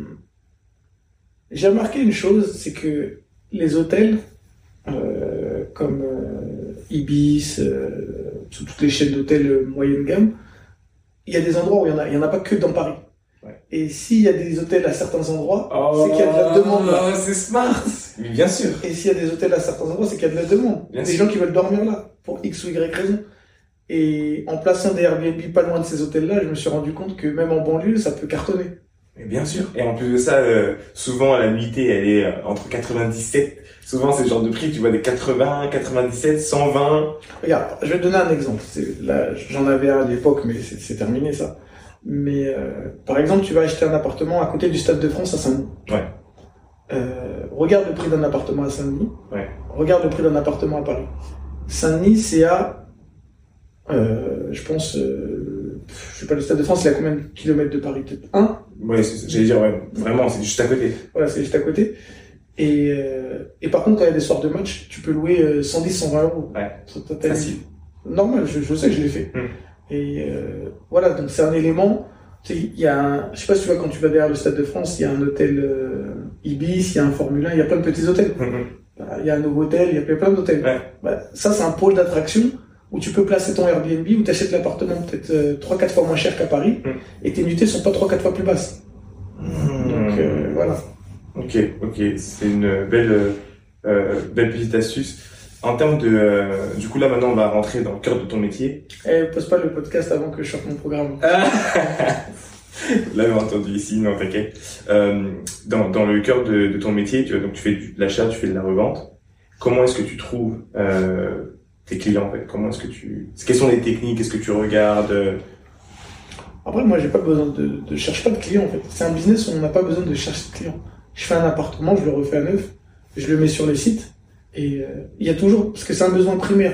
j'ai remarqué une chose, c'est que les hôtels, euh, comme euh, Ibis, euh, toutes les chaînes d'hôtels moyenne gamme, il y a des endroits où il y en a, il y en a pas que dans Paris. Ouais. Et s'il y a des hôtels à certains endroits, Oh, c'est qu'il y a de la demande là. C'est smart. Mais bien sûr. Et s'il y a des hôtels à certains endroits, c'est qu'il y a de la demande. Bien des sûr. gens qui veulent dormir là, pour X ou Y raison. Et en plaçant des Airbnb pas loin de ces hôtels-là, je me suis rendu compte que même en banlieue, ça peut cartonner. Mais bien sûr. Et en plus de ça, euh, souvent la nuitée, elle est euh, entre quatre-vingt-dix-sept. Souvent, c'est le genre de prix, tu vois, des quatre-vingts, quatre-vingt-dix-sept, cent vingt. Regarde, je vais te donner un exemple. C'est, là, j'en avais un à l'époque, mais c'est, c'est terminé ça. Mais euh, par exemple, tu vas acheter un appartement à côté du Stade de France à Saint-Denis. Ouais. Euh, regarde le prix d'un appartement à Saint-Denis. Ouais. Regarde le prix d'un appartement à Paris. Saint-Denis, c'est à, euh, je pense, euh, je sais pas, le Stade de France, il est à combien de kilomètres de Paris? Peut-être un? Ouais, c'est, j'allais dire, ouais, vraiment, c'est juste à côté. Voilà, c'est juste à côté. Et, euh, et par contre, quand il y a des soirs de match, tu peux louer euh, cent dix, cent vingt euros. Ouais. Total. Facile. Normal, je, je sais, je l'ai fait. Hum. Et euh, voilà, donc c'est un élément. Tu sais, il y a un, je sais pas si tu vois, quand tu vas derrière le Stade de France, il y a un hôtel euh, Ibis, il y a un Formule un, il y a plein de petits hôtels. Mhm. Bah, il y a un Novotel, il y a plein d'hôtels. Ouais. Bah, ça, c'est un pôle d'attraction où tu peux placer ton Airbnb, où tu achètes l'appartement peut-être euh, trois quatre fois moins cher qu'à Paris, Mhm. et tes nuitées sont pas trois quatre fois plus basses. Donc euh, voilà. Ok, ok, c'est une belle, euh, belle petite astuce. En termes de, euh, du coup là maintenant on va rentrer dans le cœur de ton métier. Eh, pose pas le podcast avant que je sorte mon programme. Là, bien entendu ici, non t'inquiète. Euh, dans, dans le cœur de, de ton métier, tu vois, donc tu fais de l'achat, tu fais de la revente. Comment est-ce que tu trouves euh, tes clients en fait? Comment est-ce que tu, quelles sont les techniques? Qu'est-ce que tu regardes? Après, moi, j'ai pas besoin de, de cherche pas de clients en fait. C'est un business où on n'a pas besoin de chercher de clients. Je fais un appartement, je le refais à neuf, je le mets sur les sites et il euh, y a toujours, parce que c'est un besoin primaire.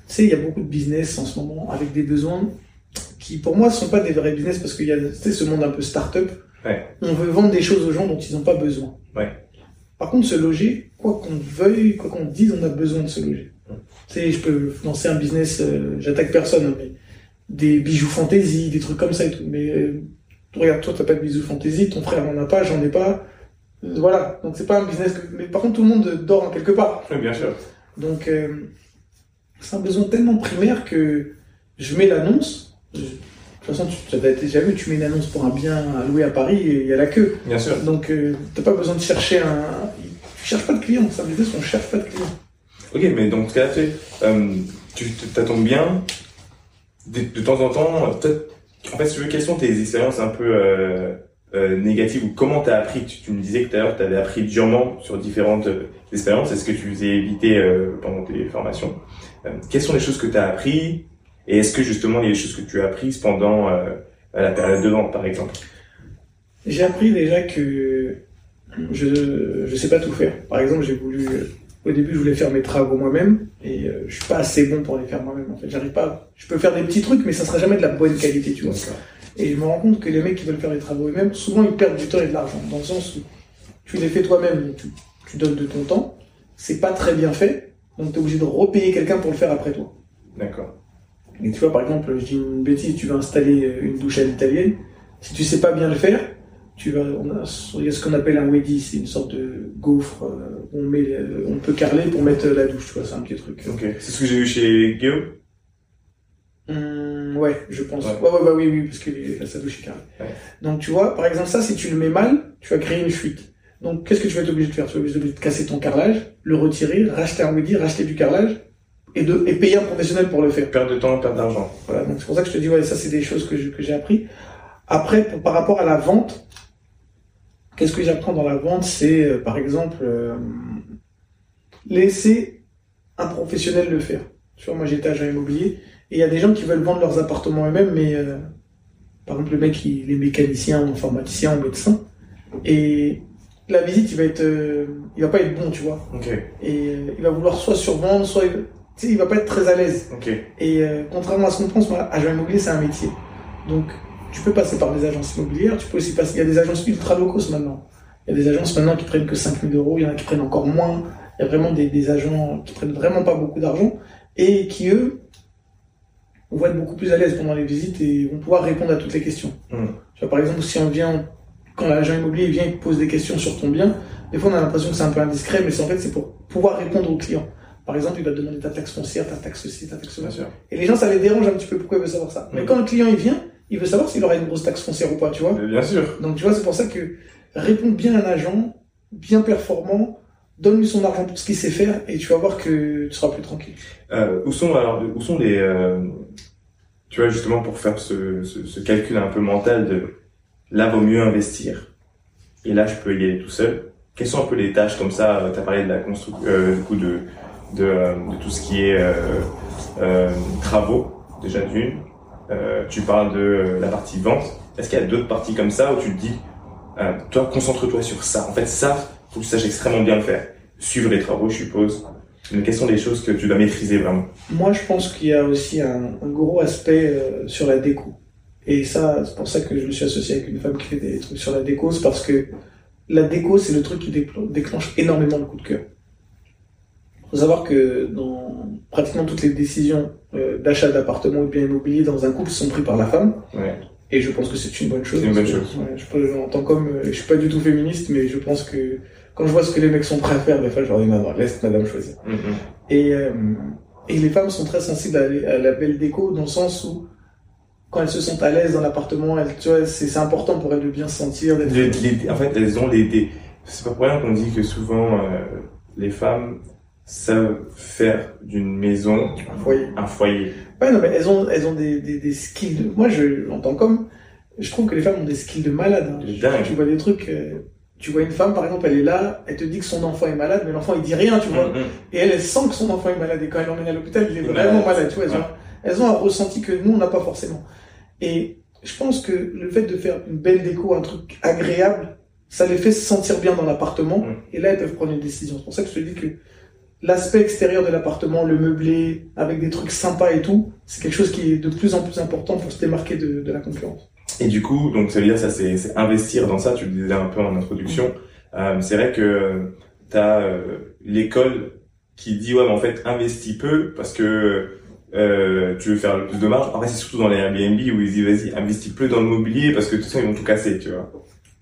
sais, il y a beaucoup de business en ce moment avec des besoins qui, pour moi, ne sont pas des vrais business parce qu'il y a, tu sais, ce monde un peu start-up. Ouais. On veut vendre des choses aux gens dont ils n'ont pas besoin. Ouais. Par contre, se loger, quoi qu'on veuille, quoi qu'on dise, on a besoin de se loger. Ouais. Tu sais, je peux lancer un business, euh, j'attaque personne, hein, mais des bijoux fantaisie, des trucs comme ça et tout. Mais euh, regarde, toi, t'as pas de bijoux fantaisie, ton frère n'en a pas, j'en ai pas. Euh, voilà. Donc c'est pas un business que... Mais par contre, tout le monde dort en quelque part. Oui, bien sûr. Donc euh, c'est un besoin tellement primaire que je mets l'annonce. Je... De toute façon, tu as déjà vu, tu mets une annonce pour un bien à louer à Paris et il y a la queue. Bien sûr. Donc euh, t'as pas besoin de chercher un... Tu cherches pas de clients, c'est un business, on cherche pas de clients. Ok, mais donc ce cas-là, euh, tu t'attends bien de, de temps en temps, peut-être, en fait, si tu veux, quelles sont tes expériences un peu euh, euh, négatives ou comment tu as appris? tu, tu me disais que tout à l'heure, tu avais appris durement sur différentes euh, expériences. Est-ce que tu faisais éviter euh, pendant tes formations? euh, Quelles sont les choses que tu as appris et est-ce que justement les choses que tu as apprises pendant euh, la période de vente, par exemple? J'ai appris déjà que je je sais pas tout faire. Par exemple, j'ai voulu... Au début, je voulais faire mes travaux moi-même et euh, je suis pas assez bon pour les faire moi-même. En fait, j'arrive pas. Je peux faire des petits trucs, mais ça sera jamais de la bonne qualité, tu vois. Et je me rends compte que les mecs qui veulent faire les travaux eux-mêmes, souvent ils perdent du temps et de l'argent, dans le sens où tu les fais toi-même, donc tu, tu donnes de ton temps. C'est pas très bien fait, donc t'es obligé de repayer quelqu'un pour le faire après toi. D'accord. Et tu vois, par exemple, je dis une bêtise, tu veux installer une douche à l'italienne, si tu sais pas bien le faire, tu vas, on a, il y a ce qu'on appelle un weddy, c'est une sorte de gaufre, euh, on met, euh, on peut carreler pour mettre la douche, tu vois, c'est un petit truc. Ok. C'est ce que j'ai vu chez Guillaume. Hum, ouais, je pense. Ouais. Ouais, ouais, bah oui, oui, parce que la sa douche est carrée. Ouais. Donc, tu vois, par exemple, ça, si tu le mets mal, tu vas créer une fuite. Donc, qu'est-ce que tu vas être obligé de faire? Tu vas être obligé de casser ton carrelage, le retirer, racheter un weddy, racheter du carrelage, et de, et payer un professionnel pour le faire. Perte de temps, perte d'argent. Voilà. Donc, c'est pour ça que je te dis, ouais, ça, c'est des choses que je, que j'ai appris. Après, pour, par rapport à la vente, qu'est-ce que j'apprends dans la vente? C'est, euh, par exemple, euh, laisser un professionnel le faire. Tu vois, moi, j'étais agent immobilier, et il y a des gens qui veulent vendre leurs appartements eux-mêmes, mais, euh, par exemple, le mec, il est mécanicien, ou informaticien, ou médecin, et la visite, il va être, euh, il va pas être bon, tu vois. Okay. Et euh, il va vouloir soit survendre, soit, il, tu sais, il va pas être très à l'aise. Okay. Et euh, contrairement à ce qu'on pense, moi, agent immobilier, c'est un métier. Donc, tu peux passer par des agences immobilières, tu peux aussi passer, il y a des agences ultra low cost maintenant. Il y a des agences maintenant qui prennent que cinq mille euros, il y en a qui prennent encore moins. Il y a vraiment des, des agents qui prennent vraiment pas beaucoup d'argent et qui, eux, vont être beaucoup plus à l'aise pendant les visites et vont pouvoir répondre à toutes les questions. Mmh. Tu vois, par exemple, si on vient, quand l'agent immobilier vient et te pose des questions sur ton bien, des fois on a l'impression que c'est un peu indiscret, mais c'est en fait c'est pour pouvoir répondre au client. Par exemple, il va te demander ta taxe foncière, ta taxe ceci, ta taxe cela. Et les gens, ça les dérange un petit peu pourquoi il veut savoir ça. Mmh. Mais quand le client il vient, il veut savoir s'il aura une grosse taxe foncière ou pas, tu vois. Bien sûr. Donc tu vois, c'est pour ça que réponds bien à un agent, bien performant, donne-lui son argent pour ce qu'il sait faire et tu vas voir que tu seras plus tranquille. Euh, où sont alors où sont les euh, tu vois justement pour faire ce, ce, ce calcul un peu mental de là vaut mieux investir et là je peux y aller tout seul. Quelles sont un peu les tâches comme ça? Tu as parlé de la construction, euh, du coup de de, euh, de tout ce qui est euh, euh, travaux déjà d'une. Euh, tu parles de la partie vente. Est-ce qu'il y a d'autres parties comme ça où tu te dis, euh, toi, concentre-toi sur ça. En fait, ça, faut que tu saches extrêmement bien le faire. Suivre les travaux, je suppose. Mais quelles sont les choses que tu dois maîtriser vraiment? Moi, je pense qu'il y a aussi un, un gros aspect euh, sur la déco. Et ça, c'est pour ça que je me suis associé avec une femme qui fait des trucs sur la déco. C'est parce que la déco, c'est le truc qui déclenche énormément le coup de cœur. Il faut savoir que dans pratiquement toutes les décisions euh, d'achat d'appartements ou de biens immobiliers dans un couple sont prises par la femme. Ouais. Et je pense que c'est une bonne chose. C'est une bonne que, chose. Ouais, je, en tant qu'homme, je suis pas du tout féministe, mais je pense que quand je vois ce que les mecs sont prêts à faire, des fois, je leur dis, non, laisse madame choisir. Mm-hmm. Et, euh, et les femmes sont très sensibles à, à la belle déco, dans le sens où, quand elles se sentent à l'aise dans l'appartement, elles, tu vois, c'est, c'est important pour elles de bien se sentir. D'être... Les, les, en fait, elles ont les, les, c'est pas pour rien qu'on dit que souvent, euh, les femmes savent faire d'une maison un foyer. Un foyer. Ouais, non, mais elles ont, elles ont des, des, des skills de... Moi, je, en tant qu'homme, je trouve que les femmes ont des skills de malade. Hein. Dingue. Tu vois des trucs, euh, tu vois une femme, par exemple, elle est là, elle te dit que son enfant est malade, mais l'enfant, il dit rien, tu vois. Mm-hmm. Et elle, elle sent que son enfant est malade, et quand elle l'emmène à l'hôpital, il est vraiment malade, tu vois. Elles, ouais. ont, elles ont un ressenti que nous, on n'a pas forcément. Et je pense que le fait de faire une belle déco, un truc agréable, ça les fait se sentir bien dans l'appartement, mm. et là, elles peuvent prendre une décision. C'est pour ça que je te dis que l'aspect extérieur de l'appartement, le meublé, avec des trucs sympas et tout, c'est quelque chose qui est de plus en plus important pour se démarquer de, de la concurrence. Et du coup, donc ça veut dire ça, c'est, c'est investir dans ça. Tu le disais un peu en introduction. Mmh. Euh, c'est vrai que t'as euh, l'école qui dit ouais, mais en fait, investis peu parce que euh, tu veux faire le plus de marge. Après, c'est surtout dans les Airbnb où ils disent vas-y, investis peu dans le mobilier parce que de toute façon ils vont tout casser, tu vois.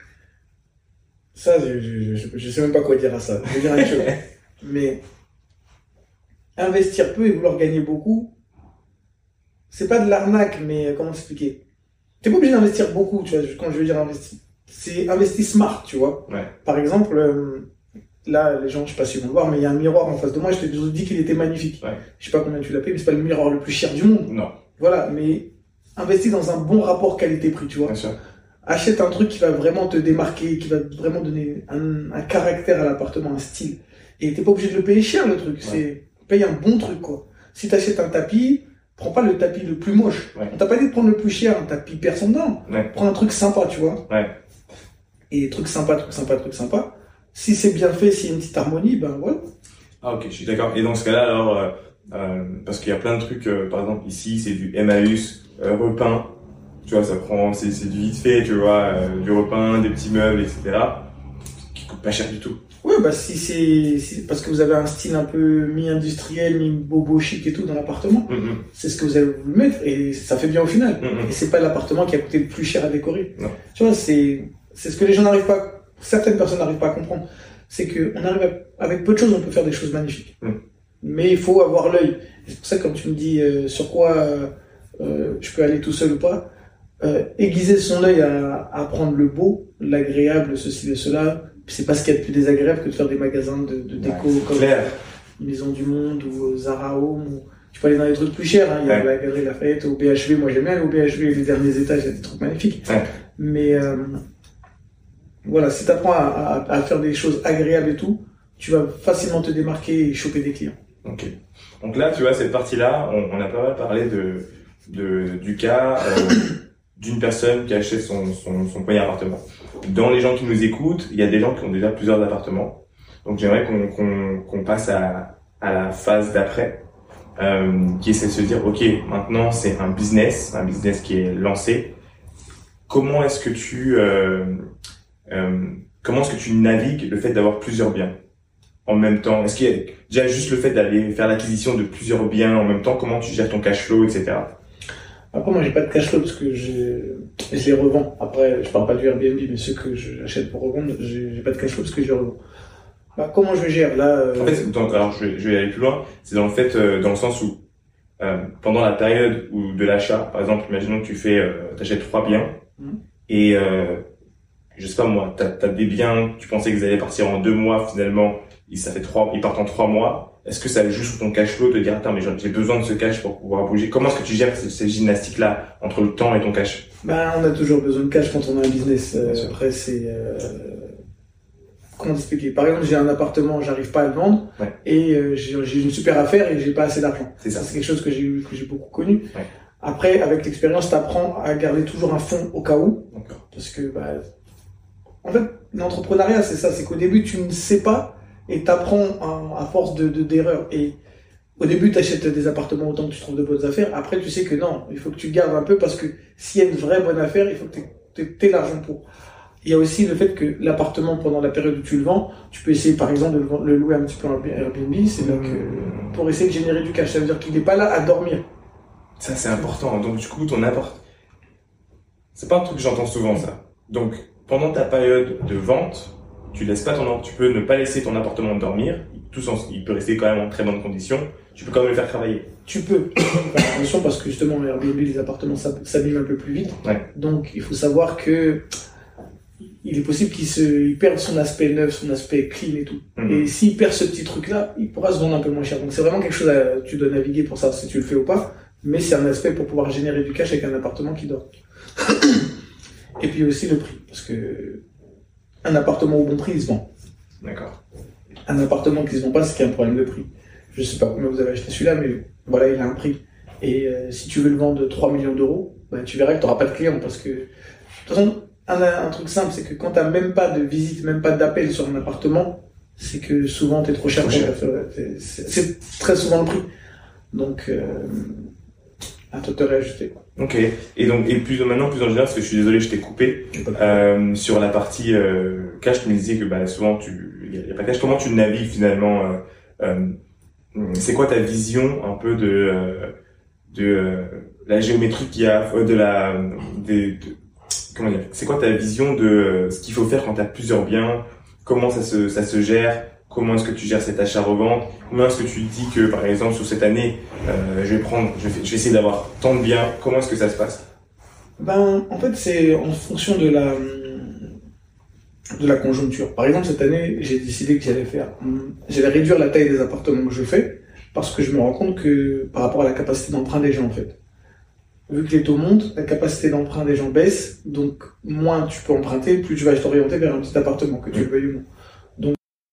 Ça, je, je, je, je sais même pas quoi dire à ça. Je vais dire une chose. Mais investir peu et vouloir gagner beaucoup, c'est pas de l'arnaque, mais comment t'expliquer? T'es pas obligé d'investir beaucoup, tu vois, quand je veux dire investir. C'est investir smart, tu vois. Ouais. Par exemple, euh, là, les gens, je sais pas si ils vont le voir, mais il y a un miroir en face de moi, je t'ai dit qu'il était magnifique. Ouais. Je sais pas combien tu l'as payé, mais c'est pas le miroir le plus cher du monde. Non. Voilà, mais investis dans un bon rapport qualité-prix, tu vois. Bien sûr. Achète un truc qui va vraiment te démarquer, qui va vraiment donner un, un caractère à l'appartement, un style. Et t'es pas obligé de le payer cher, le truc. Ouais. C'est, paye un bon truc, quoi. Si t'achètes un tapis, prends pas le tapis le plus moche. Ouais. On t'a pas dit de prendre le plus cher, un tapis personne dedans. Ouais. Prends un truc sympa, tu vois. Ouais. Et truc sympa, truc sympa, truc sympa. Si c'est bien fait, s'il y a une petite harmonie, ben voilà. Ah ok, je suis d'accord. Et dans ce cas-là, alors, euh, euh, parce qu'il y a plein de trucs, euh, par exemple ici, c'est du Emmaüs euh, repeint. Tu vois, ça prend, c'est, c'est du vite fait, tu vois, euh, du repeint, des petits meubles, et cetera. Qui coûte pas cher du tout. Ouais, bah si c'est, si, parce que vous avez un style un peu mi-industriel, mi-bobo chic et tout dans l'appartement, mm-hmm. c'est ce que vous avez voulu mettre et ça fait bien au final. Mm-hmm. Et c'est pas l'appartement qui a coûté le plus cher à décorer. Non. Tu vois, c'est, c'est ce que les gens n'arrivent pas, certaines personnes n'arrivent pas à comprendre. C'est que on arrive à, avec peu de choses, on peut faire des choses magnifiques. Mm. Mais il faut avoir l'œil. C'est pour ça que quand tu me dis euh, sur quoi euh, euh, je peux aller tout seul ou pas, euh, aiguiser son œil à, à prendre le beau, l'agréable, ceci et cela. C'est pas ce qu'il y a de plus désagréable que de faire des magasins de, de déco ouais, comme clair. Maison du Monde ou Zara Home. Ou... Tu peux aller dans des trucs plus chers. Hein. Il y a ouais. la Galerie Lafayette, au B H V. Moi j'aime bien au B H V, les derniers étages, il y a des trucs magnifiques. Ouais. Mais euh, voilà, si tu apprends à, à, à faire des choses agréables et tout, tu vas facilement te démarquer et choper des clients. Ok. Donc là, tu vois, cette partie-là, on, on a pas mal parlé de, de du cas euh, d'une personne qui achète son, son, son premier appartement. Dans les gens qui nous écoutent, il y a des gens qui ont déjà plusieurs appartements. Donc j'aimerais qu'on, qu'on, qu'on passe à, à la phase d'après, euh, qui est de se dire, ok, maintenant c'est un business, un business qui est lancé. Comment est-ce que tu, euh, euh, comment est-ce que tu navigues le fait d'avoir plusieurs biens en même temps? Est-ce qu'il y a déjà juste le fait d'aller faire l'acquisition de plusieurs biens en même temps? Comment tu gères ton cash flow, et cetera. Après, moi, j'ai pas de cash flow parce que je, je les revends. Après, je parle pas du Airbnb, mais ceux que j'achète pour revendre, j'ai, j'ai pas de cash flow parce que je les revends. Bah, comment je gère, là, euh... En fait, donc, alors, je vais, je vais aller plus loin. C'est dans le fait, euh, dans le sens où, euh, pendant la période où, de l'achat, par exemple, imaginons que tu fais, euh, t'achètes trois biens, mmh. et, euh, je sais pas moi, t'as, t'as des biens, tu pensais qu'ils allaient partir en deux mois, finalement, ils, ça fait trois, ils partent en trois mois. Est-ce que ça joue sur ton cash flow de dire attends mais j'ai besoin de ce cash pour pouvoir bouger? Comment est-ce que tu gères cette, cette gymnastique-là entre le temps et ton cash? Ben on a toujours besoin de cash quand on a un business. Euh, après c'est euh... comment t'expliquer? Par exemple j'ai un appartement, j'arrive pas à le vendre ouais. et euh, j'ai, j'ai une super affaire et j'ai pas assez d'argent. C'est ça. C'est quelque chose que j'ai que j'ai beaucoup connu. Ouais. Après avec l'expérience t'apprends à garder toujours un fonds au cas où. D'accord. Parce que bah en fait l'entrepreneuriat c'est ça, c'est qu'au début tu ne sais pas. Et t'apprends à, à force de, de, d'erreurs. Et au début, t'achètes des appartements autant que tu trouves de bonnes affaires. Après, tu sais que non, il faut que tu gardes un peu parce que s'il y a une vraie bonne affaire, il faut que tu aies l'argent pour. Il y a aussi le fait que l'appartement, pendant la période où tu le vends, tu peux essayer par exemple de le, le louer un petit peu en Airbnb. C'est là que, pour essayer de générer du cash. Ça veut dire qu'il n'est pas là à dormir. Ça, c'est important. Donc, du coup, ton appart, c'est pas un truc que j'entends souvent, ça. Donc, pendant ta période de vente, tu laisses pas ton, tu peux ne pas laisser ton appartement dormir. Tout sens, il peut rester quand même en très bonnes conditions. Tu peux quand même le faire travailler. Tu peux. Faire attention parce que justement, Airbnb, les appartements s'abîment un peu plus vite. Ouais. Donc, il faut savoir que il est possible qu'il se, il perde son aspect neuf, son aspect clean et tout. Mm-hmm. Et s'il perd ce petit truc-là, il pourra se vendre un peu moins cher. Donc, c'est vraiment quelque chose à, tu dois naviguer pour savoir si tu le fais ou pas. Mais c'est un aspect pour pouvoir générer du cash avec un appartement qui dort. Et puis aussi le prix. Parce que, un appartement au bon prix, il se vend. D'accord. Un appartement qui se vend pas, c'est qu'il y a un problème de prix. Je sais pas combien vous avez acheté celui-là, mais voilà, il a un prix. Et euh, si tu veux le vendre de trois millions d'euros, ben, tu verras que tu n'auras pas de clients parce que, de toute façon, un, un truc simple, c'est que quand tu n'as même pas de visite, même pas d'appel sur un appartement, c'est que souvent t'es trop cher pour faire. C'est, c'est très souvent le prix. Donc, euh, à toi de te réajuster. Ok. Et donc, et plus maintenant, plus en général, parce que je suis désolé, je t'ai coupé, euh, sur la partie, euh, cash, tu me disais que, bah, souvent, tu, il y a pas de cash. Comment tu navigues, finalement, euh, euh, c'est quoi ta vision, un peu, de, euh, de, euh, la géométrie qu'il y a, de la, de, de comment dire, c'est quoi ta vision de euh, ce qu'il faut faire quand tu as plusieurs biens, comment ça se, ça se gère, comment est-ce que tu gères cet achat-revente, comment est-ce que tu dis que, par exemple, sur cette année, euh, je vais prendre, je vais, je vais essayer d'avoir tant de biens, comment est-ce que ça se passe? Ben, en fait, c'est en fonction de la, de la conjoncture. Par exemple, cette année, j'ai décidé que j'allais faire, j'allais réduire la taille des appartements que je fais, parce que je me rends compte que, par rapport à la capacité d'emprunt des gens, en fait. Vu que les taux montent, la capacité d'emprunt des gens baisse, donc moins tu peux emprunter, plus tu vas t'orienter vers un petit appartement, que tu le veuilles ou non.